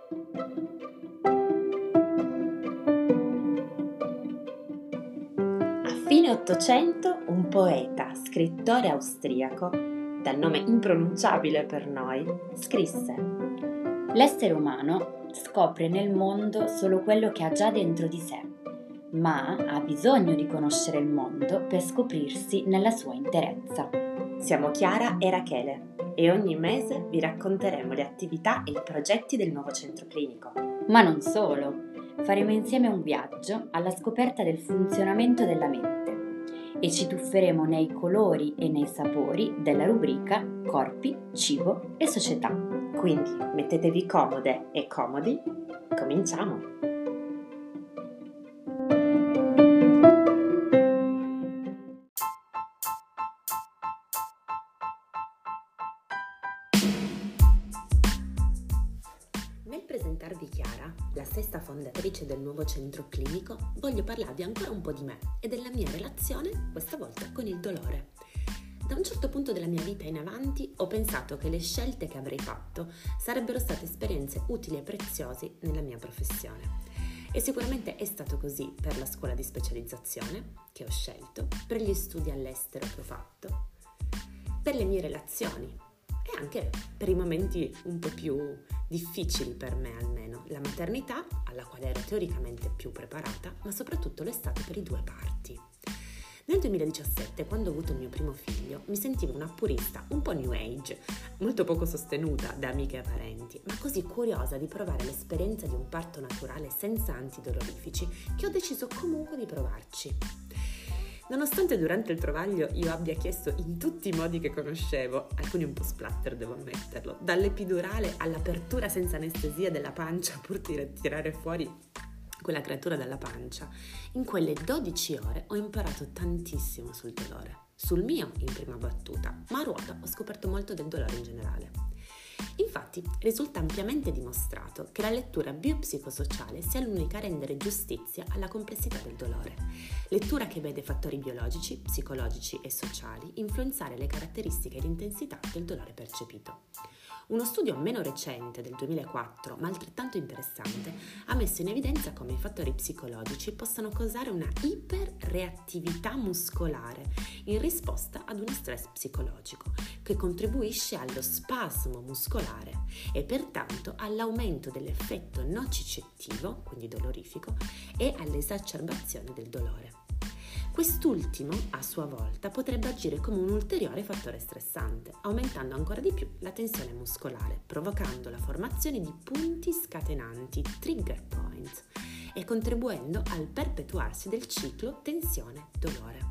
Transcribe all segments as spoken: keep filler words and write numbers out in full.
A fine Ottocento un poeta, scrittore austriaco, dal nome impronunciabile per noi, scrisse: l'essere umano scopre nel mondo solo quello che ha già dentro di sé, ma ha bisogno di conoscere il mondo per scoprirsi nella sua interezza. Siamo Chiara e Rachele e ogni mese vi racconteremo le attività e i progetti del nuovo centro clinico. Ma non solo, faremo insieme un viaggio alla scoperta del funzionamento della mente e ci tufferemo nei colori e nei sapori della rubrica Corpi, Cibo e Società. Quindi mettetevi comode e comodi, cominciamo! Nel presentarvi Chiara, la sesta fondatrice del nuovo centro clinico, voglio parlarvi ancora un po' di me e della mia relazione, questa volta con il dolore. Da un certo punto della mia vita in avanti ho pensato che le scelte che avrei fatto sarebbero state esperienze utili e preziose nella mia professione. E sicuramente è stato così per la scuola di specializzazione che ho scelto, per gli studi all'estero che ho fatto, per le mie relazioni e anche per i momenti un po' più difficili per me almeno, la maternità, alla quale ero teoricamente più preparata, ma soprattutto lo è stato per i due parti. Nel duemiladiciassette, quando ho avuto il mio primo figlio, mi sentivo una purista un po' new age, molto poco sostenuta da amiche e parenti, ma così curiosa di provare l'esperienza di un parto naturale senza antidolorifici che ho deciso comunque di provarci. Nonostante durante il travaglio io abbia chiesto in tutti i modi che conoscevo, alcuni un po' splatter devo ammetterlo, dall'epidurale all'apertura senza anestesia della pancia pur di tirare fuori quella creatura dalla pancia, in quelle dodici ore ho imparato tantissimo sul dolore, sul mio in prima battuta, ma a ruota ho scoperto molto del dolore in generale. Infatti risulta ampiamente dimostrato che la lettura biopsicosociale sia l'unica a rendere giustizia alla complessità del dolore, lettura che vede fattori biologici, psicologici e sociali influenzare le caratteristiche e l'intensità del dolore percepito. Uno studio meno recente del duemilaquattro, ma altrettanto interessante, ha messo in evidenza come i fattori psicologici possano causare una iperreattività muscolare in risposta ad uno stress psicologico, che contribuisce allo spasmo muscolare e pertanto all'aumento dell'effetto nocicettivo, quindi dolorifico, e all'esacerbazione del dolore. Quest'ultimo, a sua volta, potrebbe agire come un ulteriore fattore stressante, aumentando ancora di più la tensione muscolare, provocando la formazione di punti scatenanti, trigger points, e contribuendo al perpetuarsi del ciclo tensione-dolore.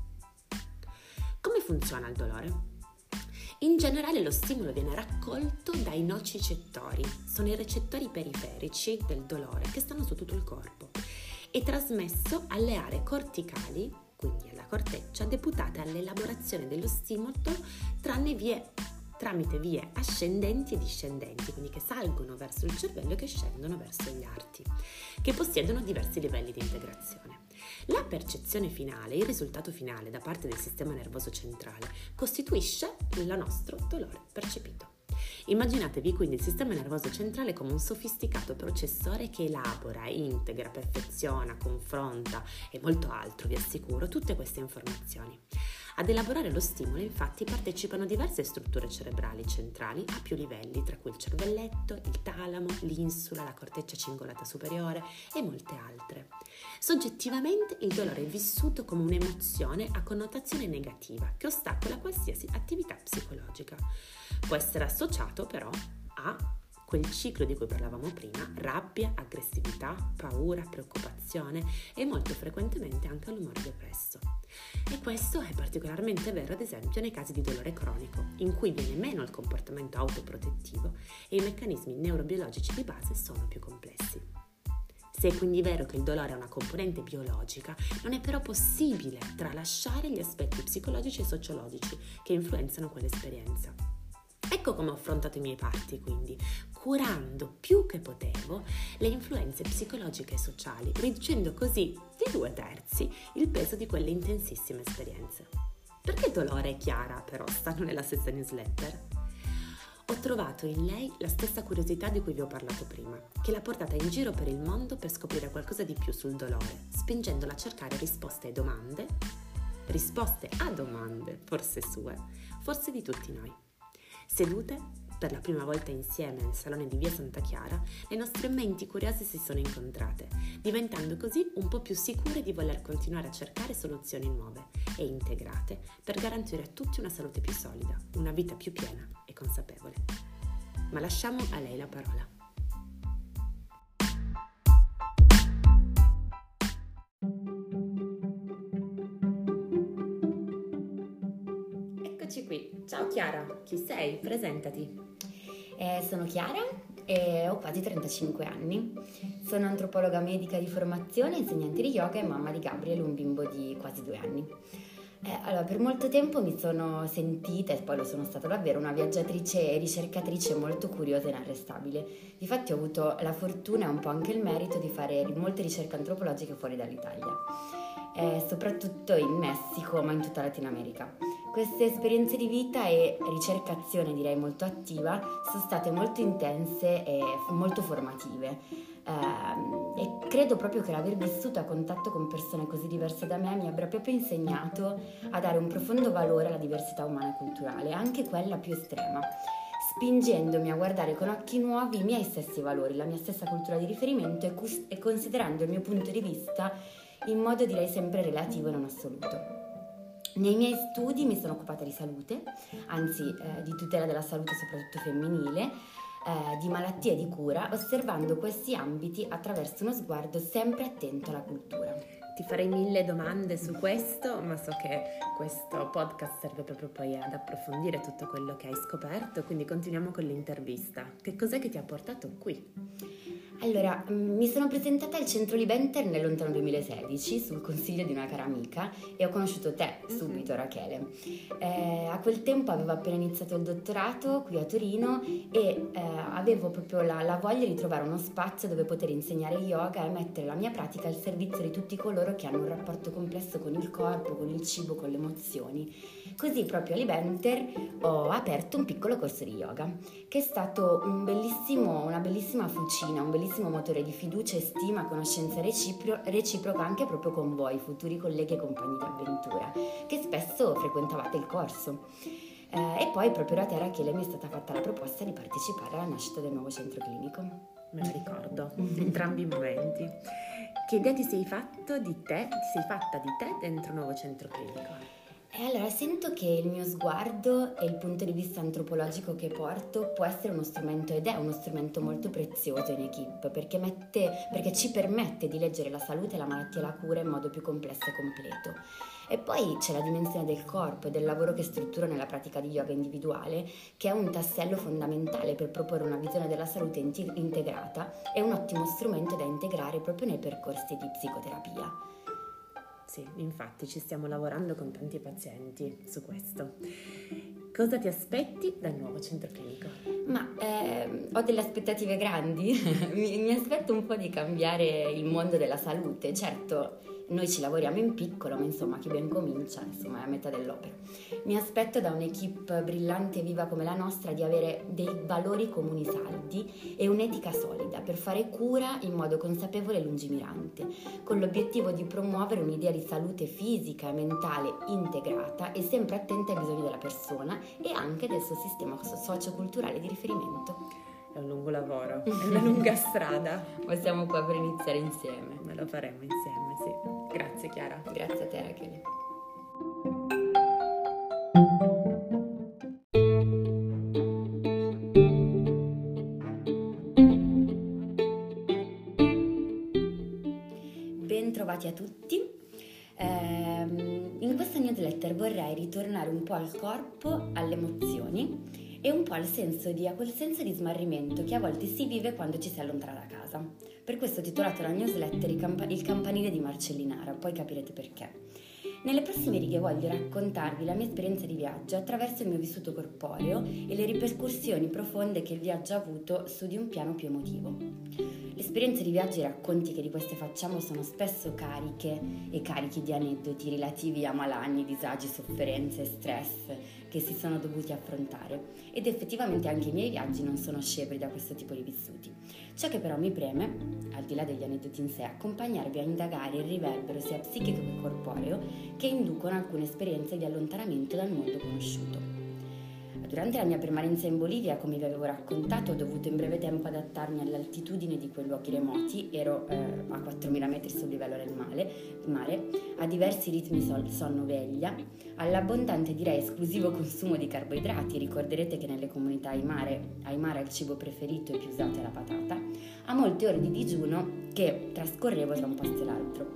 Come funziona il dolore? In generale lo stimolo viene raccolto dai nocicettori, sono i recettori periferici del dolore che stanno su tutto il corpo, e trasmesso alle aree corticali, quindi alla corteccia, deputate all'elaborazione dello stimolo tranne vie, tramite vie ascendenti e discendenti, quindi che salgono verso il cervello e che scendono verso gli arti, che possiedono diversi livelli di integrazione. La percezione finale, il risultato finale da parte del sistema nervoso centrale, costituisce il nostro dolore percepito. Immaginatevi quindi il sistema nervoso centrale come un sofisticato processore che elabora, integra, perfeziona, confronta e molto altro, vi assicuro, tutte queste informazioni. Ad elaborare lo stimolo, infatti, partecipano diverse strutture cerebrali centrali a più livelli, tra cui il cervelletto, il talamo, l'insula, la corteccia cingolata superiore e molte altre. Soggettivamente il dolore è vissuto come un'emozione a connotazione negativa che ostacola qualsiasi attività psicologica. Può essere associato però a quel ciclo di cui parlavamo prima, rabbia, aggressività, paura, preoccupazione e molto frequentemente anche all'umore depresso. E questo è particolarmente vero ad esempio nei casi di dolore cronico, in cui viene meno il comportamento autoprotettivo e i meccanismi neurobiologici di base sono più complessi. Se è quindi vero che il dolore ha una componente biologica, non è però possibile tralasciare gli aspetti psicologici e sociologici che influenzano quell'esperienza. Ecco come ho affrontato i miei parti, quindi, curando più che potevo le influenze psicologiche e sociali, riducendo così di due terzi il peso di quelle intensissime esperienze. Perché dolore e Chiara, però, stanno nella stessa newsletter? Ho trovato in lei la stessa curiosità di cui vi ho parlato prima, che l'ha portata in giro per il mondo per scoprire qualcosa di più sul dolore, spingendola a cercare risposte ai domande, risposte a domande, forse sue, forse di tutti noi. Sedute, per la prima volta insieme nel salone di Via Santa Chiara, le nostre menti curiose si sono incontrate, diventando così un po' più sicure di voler continuare a cercare soluzioni nuove e integrate per garantire a tutti una salute più solida, una vita più piena e consapevole. Ma lasciamo a lei la parola. Eccoci qui. Ciao Chiara, chi sei? Presentati. Eh, sono Chiara e ho quasi trentacinque anni. Sono antropologa medica di formazione, insegnante di yoga e mamma di Gabriele, un bimbo di quasi due anni. Eh, allora, per molto tempo mi sono sentita, e poi lo sono stata davvero, una viaggiatrice e ricercatrice molto curiosa e inarrestabile. Difatti ho avuto la fortuna e un po' anche il merito di fare molte ricerche antropologiche fuori dall'Italia, eh, soprattutto in Messico, ma in tutta Latino America. Queste esperienze di vita e ricercazione, direi molto attiva, sono state molto intense e molto formative. Eh, e credo proprio che l'aver vissuto a contatto con persone così diverse da me mi abbia proprio insegnato a dare un profondo valore alla diversità umana e culturale, anche quella più estrema, spingendomi a guardare con occhi nuovi i miei stessi valori, la mia stessa cultura di riferimento e, cus- e considerando il mio punto di vista in modo direi sempre relativo e non assoluto. Nei miei studi mi sono occupata di salute, anzi eh, di tutela della salute soprattutto femminile, eh, di malattie e di cura, osservando questi ambiti attraverso uno sguardo sempre attento alla cultura. Ti farei mille domande su questo, ma so che questo podcast serve proprio poi ad approfondire tutto quello che hai scoperto, quindi continuiamo con l'intervista. Che cos'è che ti ha portato qui? Allora, mi sono presentata al Centro Libenter nel lontano duemilasedici sul consiglio di una cara amica e ho conosciuto te subito, Rachele. Eh, a quel tempo avevo appena iniziato il dottorato qui a Torino e eh, avevo proprio la, la voglia di trovare uno spazio dove poter insegnare yoga e mettere la mia pratica al servizio di tutti coloro che hanno un rapporto complesso con il corpo, con il cibo, con le emozioni. Così proprio a Libenter ho aperto un piccolo corso di yoga che è stato un bellissimo, una bellissima fucina, un bellissimo motore di fiducia e stima, conoscenza recipro- reciproca anche proprio con voi, futuri colleghi e compagni di avventura, che spesso frequentavate il corso. Eh, e poi proprio da te, Rachele, mi è stata fatta la proposta di partecipare alla nascita del nuovo centro clinico. Me lo ricordo, entrambi i momenti. Che idea ti sei fatto di te, ti sei fatta di te dentro un nuovo centro clinico? E allora sento che il mio sguardo e il punto di vista antropologico che porto può essere uno strumento ed è uno strumento molto prezioso in equipe perché, mette, perché ci permette di leggere la salute, la malattia e la cura in modo più complesso e completo. E poi c'è la dimensione del corpo e del lavoro che strutturo nella pratica di yoga individuale, che è un tassello fondamentale per proporre una visione della salute integrata e un ottimo strumento da integrare proprio nei percorsi di psicoterapia. Sì, infatti ci stiamo lavorando con tanti pazienti su questo. Cosa ti aspetti dal nuovo centro clinico? Ma eh, ho delle aspettative grandi, mi, mi aspetto un po' di cambiare il mondo della salute. Certo, noi ci lavoriamo in piccolo, ma insomma chi ben comincia, insomma è a metà dell'opera. Mi aspetto da un'equipe brillante e viva come la nostra di avere dei valori comuni saldi e un'etica solida per fare cura in modo consapevole e lungimirante, con l'obiettivo di promuovere un'idea di salute fisica e mentale integrata e sempre attenta ai bisogni della persona e anche del suo sistema socioculturale di riferimento. È un lungo lavoro, è una lunga strada. Ma siamo qua per iniziare insieme. Ma lo faremo insieme, sì. Grazie Chiara. Grazie a te, Rachele. Bentrovati a tutti. Ehm, in questa newsletter vorrei ritornare un po' al corpo, alle emozioni e un po' al senso di, a quel senso di smarrimento che a volte si vive quando ci si allontana da casa. Per questo ho titolato la newsletter Il, camp- il campanile di Marcellinara, poi capirete perché. Nelle prossime righe voglio raccontarvi la mia esperienza di viaggio attraverso il mio vissuto corporeo e le ripercussioni profonde che il viaggio ha avuto su di un piano più emotivo. Le esperienze di viaggio e i racconti che di queste facciamo sono spesso cariche e carichi di aneddoti relativi a malanni, disagi, sofferenze, stress che si sono dovuti affrontare, ed effettivamente anche i miei viaggi non sono scevri da questo tipo di vissuti. Ciò che però mi preme, al di là degli aneddoti in sé, accompagnarvi a indagare il riverbero sia psichico che corporeo che inducono alcune esperienze di allontanamento dal mondo conosciuto. Durante la mia permanenza in Bolivia, come vi avevo raccontato, ho dovuto in breve tempo adattarmi all'altitudine di quei luoghi remoti, ero eh, a quattromila metri sul livello del mare, mare, a diversi ritmi sol- sonno-veglia, all'abbondante, direi esclusivo consumo di carboidrati, ricorderete che nelle comunità aimare, aimara il cibo preferito e più usato è la patata, a molte ore di digiuno che trascorrevo tra un posto e l'altro.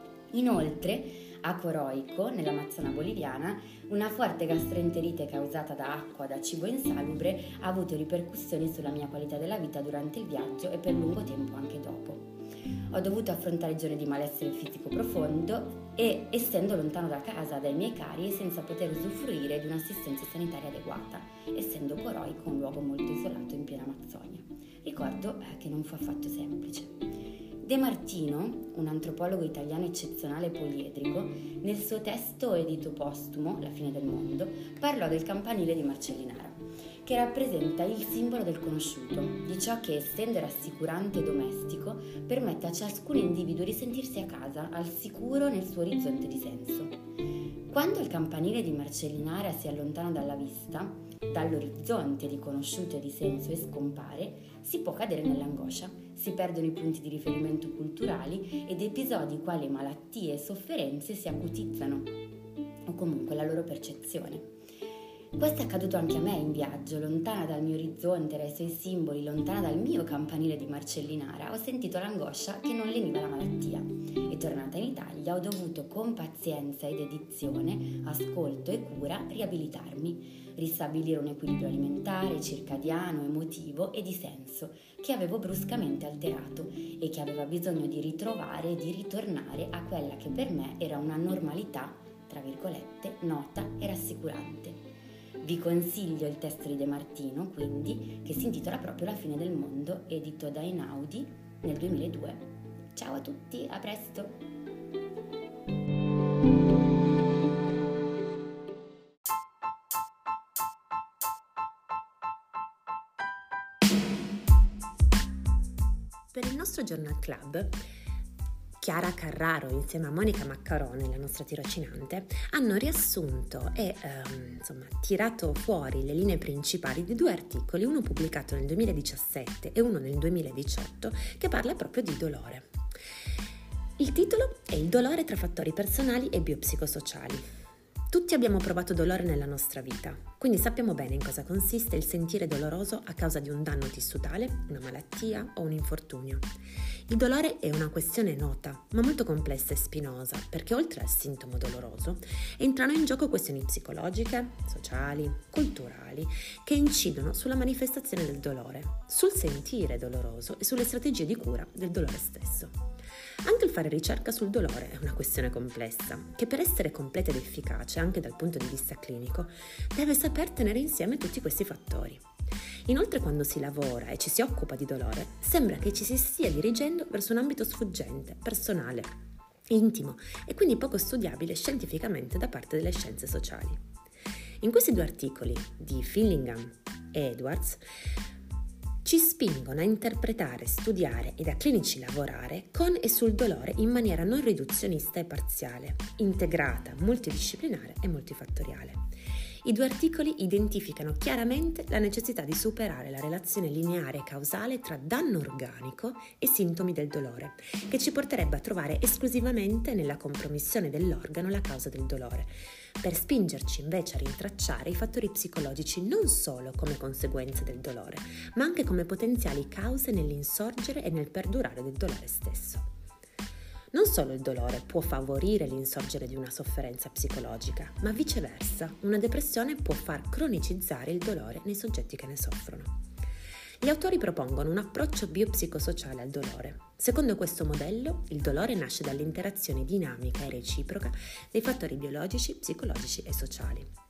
Inoltre, a Coroico, nell'Amazzona boliviana, una forte gastroenterite causata da acqua da cibo insalubre ha avuto ripercussioni sulla mia qualità della vita durante il viaggio e per lungo tempo anche dopo. Ho dovuto affrontare giorni di malessere fisico profondo e, essendo lontano da casa, dai miei cari, senza poter usufruire di un'assistenza sanitaria adeguata, essendo Coroico un luogo molto isolato in piena Amazzonia. Ricordo eh, che non fu affatto semplice. De Martino, un antropologo italiano eccezionale e poliedrico, nel suo testo edito postumo, La fine del mondo, parlò del campanile di Marcellinara, che rappresenta il simbolo del conosciuto, di ciò che, essendo rassicurante e domestico, permette a ciascun individuo di sentirsi a casa, al sicuro nel suo orizzonte di senso. Quando il campanile di Marcellinara si allontana dalla vista, dall'orizzonte di conosciuto e di senso e scompare, si può cadere nell'angoscia, si perdono i punti di riferimento culturali ed episodi quali malattie e sofferenze si acutizzano, o comunque la loro percezione. Questo è accaduto anche a me in viaggio, lontana dal mio orizzonte, dai suoi simboli, lontana dal mio campanile di Marcellinara, ho sentito l'angoscia che non leniva la malattia e tornata in Italia ho dovuto con pazienza e dedizione, ascolto e cura riabilitarmi, ristabilire un equilibrio alimentare, circadiano, emotivo e di senso che avevo bruscamente alterato e che aveva bisogno di ritrovare e di ritornare a quella che per me era una normalità, tra virgolette, nota e rassicurante. Vi consiglio il testo di De Martino, quindi, che si intitola proprio La fine del mondo, edito da Einaudi nel duemiladue. Ciao a tutti, a presto! Per il nostro Journal Club, Chiara Carraro insieme a Monica Maccarone, la nostra tirocinante, hanno riassunto e ehm, insomma, tirato fuori le linee principali di due articoli, uno pubblicato nel duemiladiciassette e uno nel duemiladiciotto, che parla proprio di dolore. Il titolo è Il dolore tra fattori personali e biopsicosociali. Tutti abbiamo provato dolore nella nostra vita, quindi sappiamo bene in cosa consiste il sentire doloroso a causa di un danno tissutale, una malattia o un infortunio. Il dolore è una questione nota, ma molto complessa e spinosa, perché oltre al sintomo doloroso entrano in gioco questioni psicologiche, sociali, culturali, che incidono sulla manifestazione del dolore, sul sentire doloroso e sulle strategie di cura del dolore stesso. Anche il fare ricerca sul dolore è una questione complessa, che per essere completa ed efficace anche dal punto di vista clinico deve saper tenere insieme tutti questi fattori. Inoltre, quando si lavora e ci si occupa di dolore, sembra che ci si stia dirigendo verso un ambito sfuggente, personale, intimo e quindi poco studiabile scientificamente da parte delle scienze sociali. In questi due articoli di Fillingham e Edwards ci spingono a interpretare, studiare e da clinici lavorare con e sul dolore in maniera non riduzionista e parziale, integrata, multidisciplinare e multifattoriale. I due articoli identificano chiaramente la necessità di superare la relazione lineare e causale tra danno organico e sintomi del dolore, che ci porterebbe a trovare esclusivamente nella compromissione dell'organo la causa del dolore, per spingerci invece a rintracciare i fattori psicologici non solo come conseguenze del dolore, ma anche come potenziali cause nell'insorgere e nel perdurare del dolore stesso. Non solo il dolore può favorire l'insorgere di una sofferenza psicologica, ma viceversa, una depressione può far cronicizzare il dolore nei soggetti che ne soffrono. Gli autori propongono un approccio biopsicosociale al dolore. Secondo questo modello, il dolore nasce dall'interazione dinamica e reciproca dei fattori biologici, psicologici e sociali.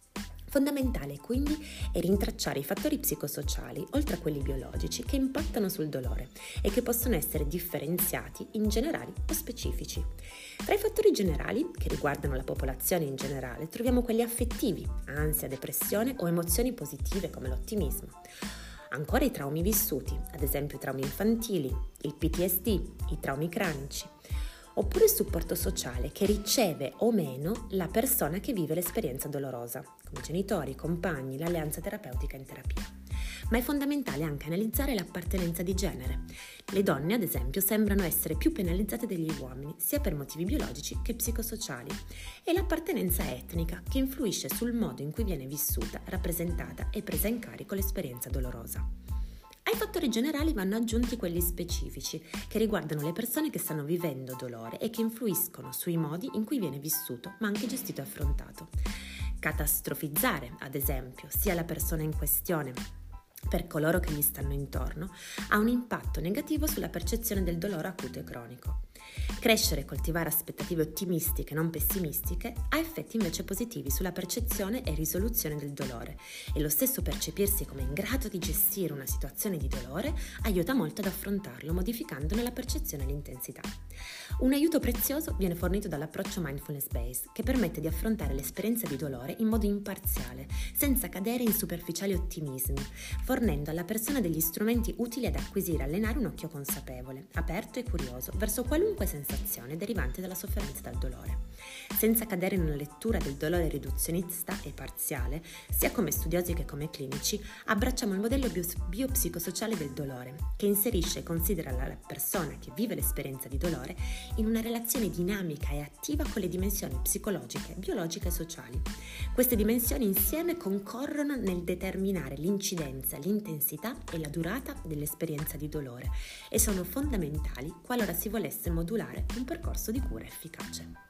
Fondamentale quindi è rintracciare i fattori psicosociali, oltre a quelli biologici, che impattano sul dolore e che possono essere differenziati in generali o specifici. Tra i fattori generali, che riguardano la popolazione in generale, troviamo quelli affettivi, ansia, depressione o emozioni positive come l'ottimismo. Ancora i traumi vissuti, ad esempio i traumi infantili, il P T S D, i traumi cranici. Oppure il supporto sociale che riceve o meno la persona che vive l'esperienza dolorosa, come i genitori, i compagni, l'alleanza terapeutica in terapia. Ma è fondamentale anche analizzare l'appartenenza di genere. Le donne, ad esempio, sembrano essere più penalizzate degli uomini, sia per motivi biologici che psicosociali. E l'appartenenza etnica, che influisce sul modo in cui viene vissuta, rappresentata e presa in carico l'esperienza dolorosa. Ai fattori generali vanno aggiunti quelli specifici, che riguardano le persone che stanno vivendo dolore e che influiscono sui modi in cui viene vissuto, ma anche gestito e affrontato. Catastrofizzare, ad esempio, sia la persona in questione per coloro che gli stanno intorno, ha un impatto negativo sulla percezione del dolore acuto e cronico. Crescere e coltivare aspettative ottimistiche, non pessimistiche, ha effetti invece positivi sulla percezione e risoluzione del dolore, e lo stesso percepirsi come in grado di gestire una situazione di dolore aiuta molto ad affrontarlo, modificandone la percezione e l'intensità. Un aiuto prezioso viene fornito dall'approccio mindfulness based, che permette di affrontare l'esperienza di dolore in modo imparziale, senza cadere in superficiali ottimismi, fornendo alla persona degli strumenti utili ad acquisire e allenare un occhio consapevole, aperto e curioso verso qualunque sensazione derivante dalla sofferenza e dal dolore. Senza cadere in una lettura del dolore riduzionista e parziale, sia come studiosi che come clinici, abbracciamo il modello bio- biopsicosociale del dolore, che inserisce e considera la persona che vive l'esperienza di dolore in una relazione dinamica e attiva con le dimensioni psicologiche, biologiche e sociali. Queste dimensioni insieme concorrono nel determinare l'incidenza, l'intensità e la durata dell'esperienza di dolore e sono fondamentali qualora si volesse modulare un percorso di cura efficace.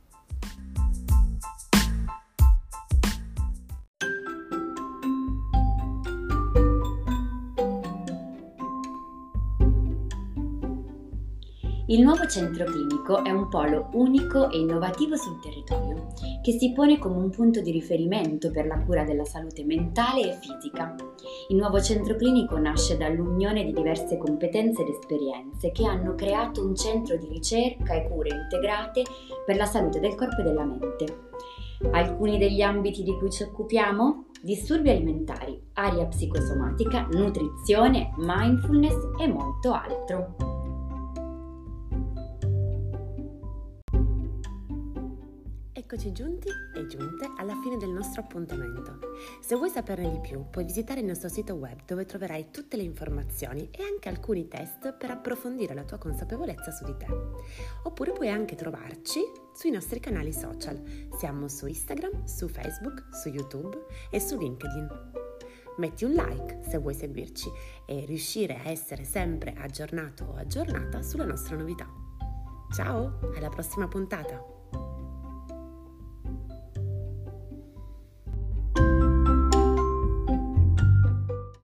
Il nuovo centro clinico è un polo unico e innovativo sul territorio, che si pone come un punto di riferimento per la cura della salute mentale e fisica. Il nuovo centro clinico nasce dall'unione di diverse competenze ed esperienze che hanno creato un centro di ricerca e cure integrate per la salute del corpo e della mente. Alcuni degli ambiti di cui ci occupiamo? Disturbi alimentari, area psicosomatica, nutrizione, mindfulness e molto altro. Eccoci giunti e giunte alla fine del nostro appuntamento. Se vuoi saperne di più, puoi visitare il nostro sito web dove troverai tutte le informazioni e anche alcuni test per approfondire la tua consapevolezza su di te. Oppure puoi anche trovarci sui nostri canali social. Siamo su Instagram, su Facebook, su YouTube e su LinkedIn. Metti un like se vuoi seguirci e riuscire a essere sempre aggiornato o aggiornata sulla nostra novità. Ciao, alla prossima puntata!